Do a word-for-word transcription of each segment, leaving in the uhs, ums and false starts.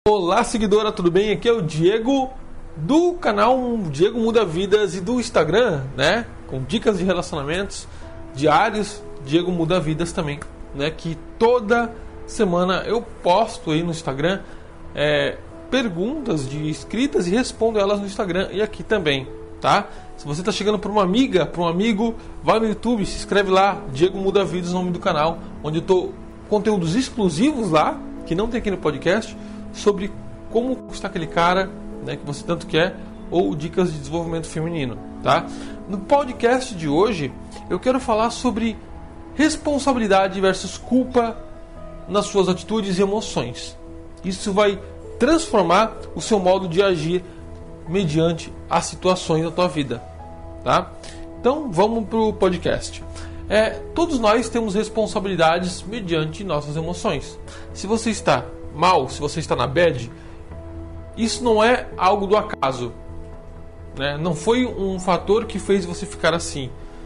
Olá, seguidora, tudo bem? Aqui é o Diego do canal Diego Muda Vidas e do Instagram, né? Com dicas de relacionamentos diários, Diego Muda Vidas também, né? Que toda semana eu posto aí no Instagram é, perguntas de inscritas e respondo elas no Instagram e aqui também, tá? Se você está chegando para uma amiga, para um amigo, vai no YouTube, se inscreve lá, Diego Muda Vidas, o nome do canal, onde eu tô conteúdos exclusivos lá, que não tem aqui no podcast, sobre como conquistar aquele cara, né, que você tanto quer, ou dicas de desenvolvimento feminino, tá? No podcast de hoje, eu quero falar sobre responsabilidade versus culpa nas suas atitudes e emoções. Isso vai transformar o seu modo de agir mediante as situações da tua vida, tá? Então, vamos pro podcast. É, todos nós temos responsabilidades mediante nossas emoções. Se você está mal, se você está na bad, isso não é algo do acaso, né? Não foi um fator que fez você ficar assim.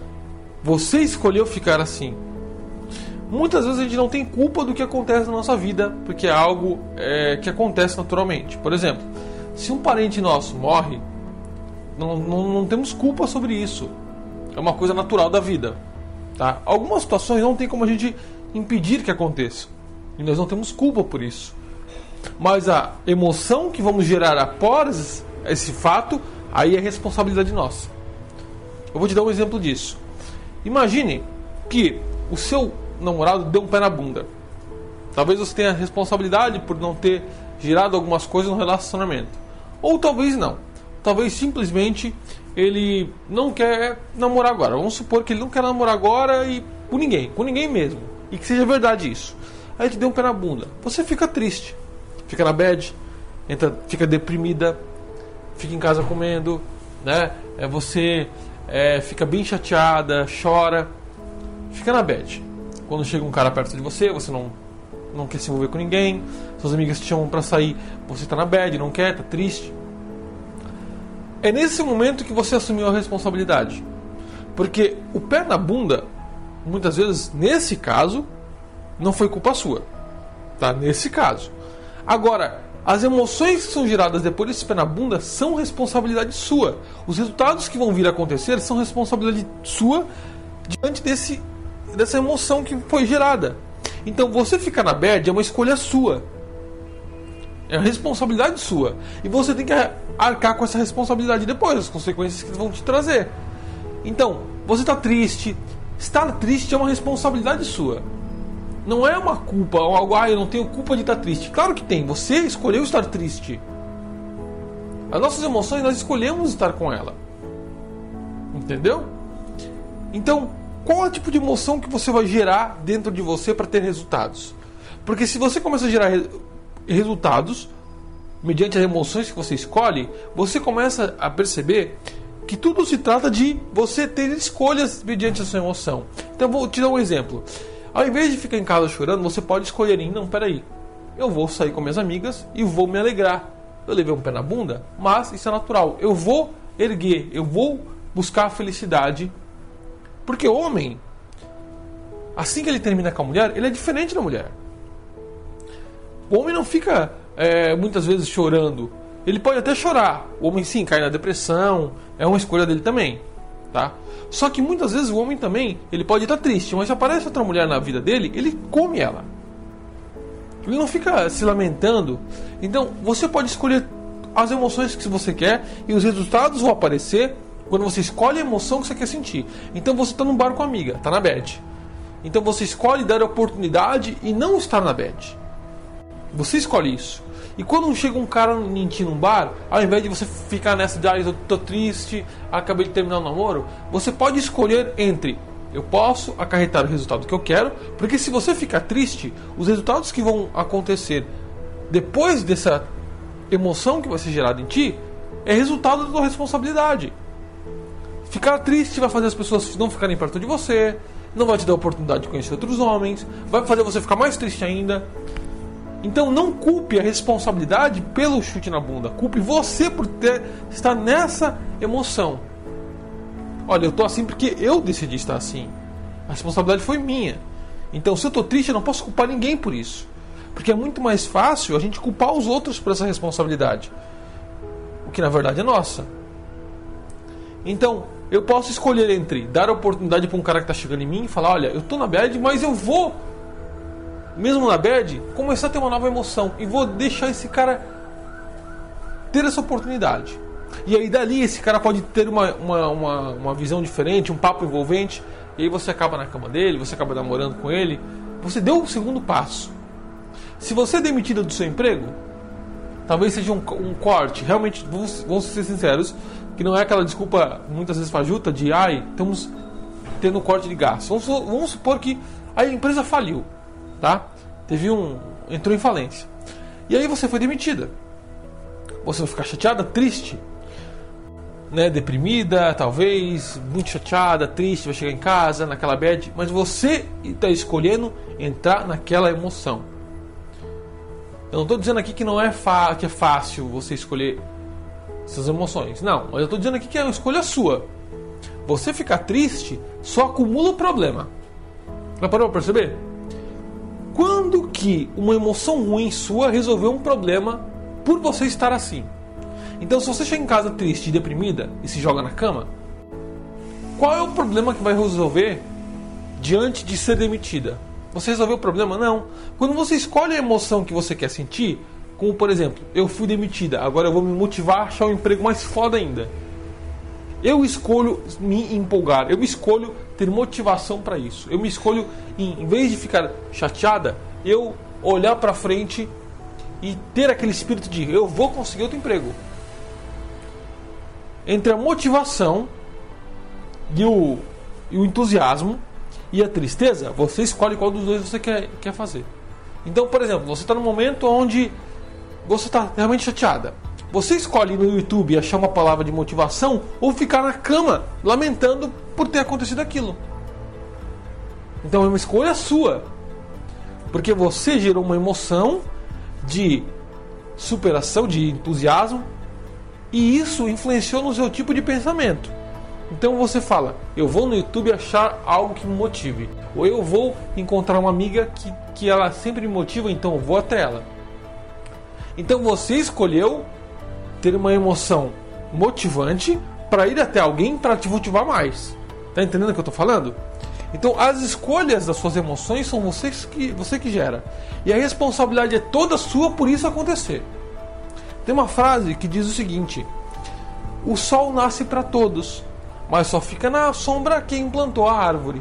Você escolheu ficar assim. Muitas vezes a gente não tem culpa do que acontece na nossa vida, porque é algo é, que acontece naturalmente. Por exemplo, se um parente nosso morre, não, não, não temos culpa sobre isso. É uma coisa natural da vida, tá? Algumas situações não tem como a gente impedir que aconteça. E nós não temos culpa por isso. Mas a emoção que vamos gerar após esse fato, aí é responsabilidade nossa. Eu vou te dar um exemplo disso. Imagine que o seu namorado deu um pé na bunda. Talvez você tenha responsabilidade por não ter gerado algumas coisas no relacionamento. Ou talvez não. Talvez simplesmente ele não quer namorar agora. Vamos supor que ele não quer namorar agora e com ninguém, com ninguém mesmo. E que seja verdade isso. Aí te deu um pé na bunda. Você fica triste, fica na bad, entra, fica deprimida, fica em casa comendo, né? É, você é, fica bem chateada, chora, fica na bad. Quando chega um cara perto de você, você não, não quer se envolver com ninguém, suas amigas te chamam pra sair, você tá na bad, não quer, tá triste. É nesse momento que você assumiu a responsabilidade. Porque o pé na bunda, muitas vezes, nesse caso, não foi culpa sua, tá? Nesse caso. Agora, as emoções que são geradas depois desse pé na bunda são responsabilidade sua. Os resultados que vão vir a acontecer são responsabilidade sua diante desse, dessa emoção que foi gerada. Então, você ficar na bad é uma escolha sua. É a responsabilidade sua. E você tem que arcar com essa responsabilidade depois, as consequências que vão te trazer. Então, você está triste. Estar triste é uma responsabilidade sua. Não é uma culpa, ou algo, ah, eu não tenho culpa de estar triste. Claro que tem, você escolheu estar triste. As nossas emoções, nós escolhemos estar com ela. Entendeu? Então, qual é o tipo de emoção que você vai gerar dentro de você para ter resultados? Porque se você começa a gerar re- resultados, mediante as emoções que você escolhe, você começa a perceber que tudo se trata de você ter escolhas mediante a sua emoção. Então, vou te dar um exemplo. Ao invés de ficar em casa chorando, você pode escolher em, não, peraí, eu vou sair com minhas amigas e vou me alegrar. Eu levei um pé na bunda, mas isso é natural. Eu vou erguer, eu vou buscar a felicidade. Porque o homem, assim que ele termina com a mulher, ele é diferente da mulher. O homem não fica é, muitas vezes chorando. Ele pode até chorar. O homem sim, cai na depressão, é uma escolha dele também. Tá? Só que muitas vezes o homem também, ele pode estar triste, mas se aparece outra mulher na vida dele, ele come ela. Ele não fica se lamentando. Então você pode escolher as emoções que você quer e os resultados vão aparecer quando você escolhe a emoção que você quer sentir. Então você está num bar com a amiga, está na bad. Então você escolhe dar a oportunidade e não estar na bad. Você escolhe isso. E quando chega um cara em ti num bar, ao invés de você ficar nessa de ah, eu tô triste, acabei de terminar o namoro, você pode escolher entre eu posso acarretar o resultado que eu quero, porque se você ficar triste, os resultados que vão acontecer depois dessa emoção que vai ser gerada em ti é resultado da tua responsabilidade. Ficar triste vai fazer as pessoas não ficarem perto de você, não vai te dar a oportunidade de conhecer outros homens, vai fazer você ficar mais triste ainda. Então não culpe a responsabilidade pelo chute na bunda. Culpe você por ter, estar nessa emoção. Olha, eu estou assim porque eu decidi estar assim. A responsabilidade foi minha. Então se eu estou triste, eu não posso culpar ninguém por isso. Porque é muito mais fácil a gente culpar os outros por essa responsabilidade, o que na verdade é nossa. Então, eu posso escolher entre dar a oportunidade para um cara que está chegando em mim e falar, olha, eu estou na bad, mas eu vou, mesmo na bad, começar a ter uma nova emoção e vou deixar esse cara ter essa oportunidade. E aí dali esse cara pode ter uma, uma, uma, uma visão diferente, um papo envolvente, e aí você acaba na cama dele, você acaba namorando com ele. Você deu o segundo passo. Se você é demitido do seu emprego, talvez seja um, um corte. Realmente, vamos, vamos ser sinceros, que não é aquela desculpa muitas vezes fajuta de ai, estamos tendo um corte de gasto. Vamos, vamos supor que a empresa faliu, tá? Teve um, entrou em falência. E aí você foi demitida. Você vai ficar chateada, triste, né, deprimida, talvez, muito chateada, triste, vai chegar em casa, naquela bad, mas você está escolhendo entrar naquela emoção. Eu não estou dizendo aqui que não é, que é fácil você escolher essas emoções, não, mas eu estou dizendo aqui que é uma escolha sua. Você ficar triste só acumula o problema. Já parou para perceber? Quando que uma emoção ruim sua resolveu um problema por você estar assim? Então, se você chega em casa triste e deprimida e se joga na cama, qual é o problema que vai resolver diante de ser demitida? Você resolveu o problema? Não. Quando você escolhe a emoção que você quer sentir, como por exemplo, eu fui demitida, agora eu vou me motivar a achar um emprego mais foda ainda. Eu escolho me empolgar, eu escolho ter motivação para isso. Eu me escolho, em, em vez de ficar chateada, eu olhar para frente e ter aquele espírito de eu vou conseguir outro emprego. Entre a motivação e o, e o entusiasmo e a tristeza, você escolhe qual dos dois você quer, quer fazer. Então, por exemplo, você está num momento onde você está realmente chateada. Você escolhe no YouTube achar uma palavra de motivação ou ficar na cama lamentando por ter acontecido aquilo. Então é uma escolha sua. Porque você gerou uma emoção de superação, de entusiasmo, e isso influenciou no seu tipo de pensamento. Então você fala, eu vou no YouTube achar algo que me motive. Ou eu vou encontrar uma amiga que, que ela sempre me motiva, então eu vou até ela. Então você escolheu ter uma emoção motivante para ir até alguém para te motivar mais. Tá entendendo o que eu estou falando? Então as escolhas das suas emoções são você que, você que gera. E a responsabilidade é toda sua por isso acontecer. Tem uma frase que diz o seguinte: o sol nasce para todos, mas só fica na sombra quem plantou a árvore.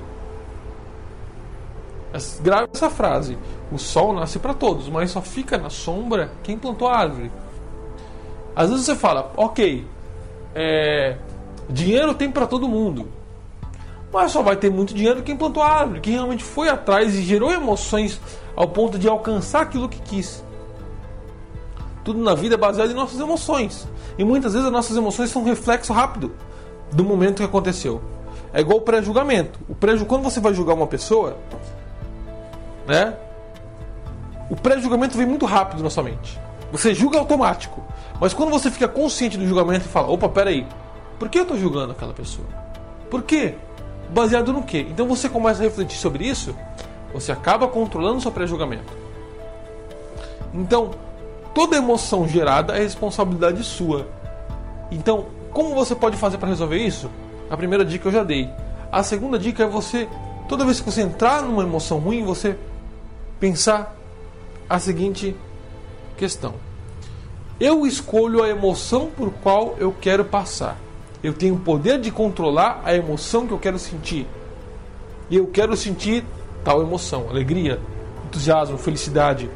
Grave essa frase. O sol nasce para todos, mas só fica na sombra quem plantou a árvore. Às vezes você fala, ok, é, dinheiro tem para todo mundo, mas só vai ter muito dinheiro quem plantou a árvore, quem realmente foi atrás e gerou emoções ao ponto de alcançar aquilo que quis. Tudo na vida é baseado em nossas emoções. E muitas vezes as nossas emoções são um reflexo rápido do momento que aconteceu. É igual o pré-julgamento. O pré Quando você vai julgar uma pessoa, né, o pré-julgamento vem muito rápido na sua mente. Você julga automático. Mas quando você fica consciente do julgamento e fala, opa, peraí, por que eu estou julgando aquela pessoa? Por quê? Baseado no quê? Então você começa a refletir sobre isso, você acaba controlando o seu pré-julgamento. Então, toda emoção gerada é responsabilidade sua. Então, como você pode fazer para resolver isso? A primeira dica eu já dei. A segunda dica é você, toda vez que você entrar numa emoção ruim, você pensar a seguinte questão: eu escolho a emoção por qual eu quero passar. Eu tenho o poder de controlar a emoção que eu quero sentir. E eu quero sentir tal emoção: alegria, entusiasmo, felicidade.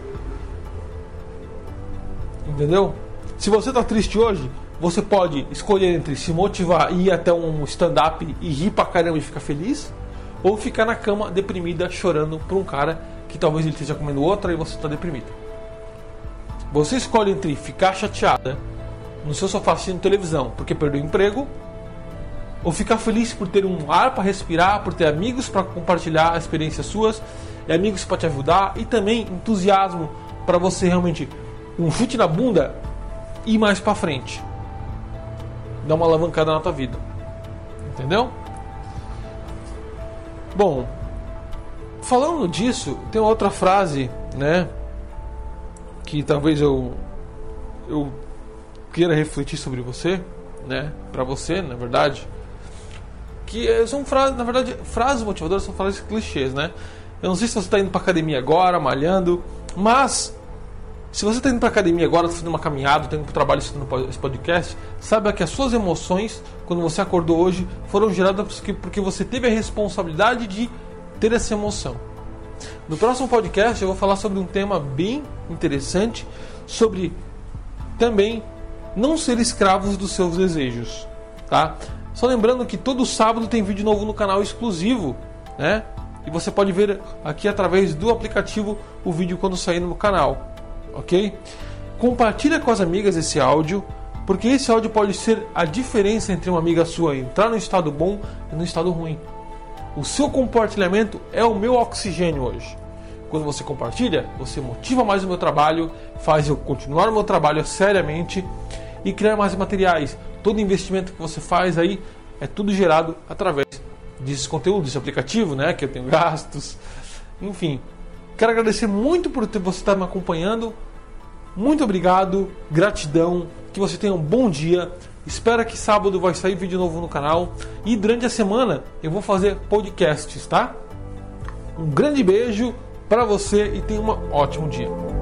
Entendeu? Se você está triste hoje, você pode escolher entre se motivar e ir até um stand-up e rir pra caramba e ficar feliz, ou ficar na cama deprimida chorando por um cara que talvez ele esteja comendo outra e você está deprimida. Você escolhe entre ficar chateada no seu sofá assistindo televisão porque perdeu o emprego, ou ficar feliz por ter um ar para respirar, por ter amigos para compartilhar as experiências suas, e amigos para te ajudar, e também entusiasmo para você realmente um chute na bunda e ir mais para frente, dar uma alavancada na tua vida. Entendeu? Bom, falando disso, tem outra frase, né, que talvez eu eu queira refletir sobre você, né? Para você, na verdade, que são frases, na verdade, frases motivadoras são frases clichês, né? Eu não sei se você está indo para academia agora, malhando, mas se você está indo para academia agora, está fazendo uma caminhada, está indo para o trabalho, assistindo esse podcast, saiba que as suas emoções, quando você acordou hoje, foram geradas porque você teve a responsabilidade de ter essa emoção. No próximo podcast eu vou falar sobre um tema bem interessante, sobre também não ser escravos dos seus desejos, tá? Só lembrando que todo sábado tem vídeo novo no canal exclusivo, né? E você pode ver aqui através do aplicativo o vídeo quando sair no canal, ok? Compartilha com as amigas esse áudio, porque esse áudio pode ser a diferença entre uma amiga sua entrar no estado bom e no estado ruim. O seu compartilhamento é o meu oxigênio hoje. Quando você compartilha, você motiva mais o meu trabalho, faz eu continuar o meu trabalho seriamente e criar mais materiais. Todo investimento que você faz aí é tudo gerado através desse conteúdo, desse aplicativo, né? Que eu tenho gastos. Enfim, quero agradecer muito por ter, você estar me acompanhando. Muito obrigado, gratidão, que você tenha um bom dia. Espero que sábado vai sair vídeo novo no canal. E durante a semana eu vou fazer podcasts, tá? Um grande beijo para você e tenha um ótimo dia.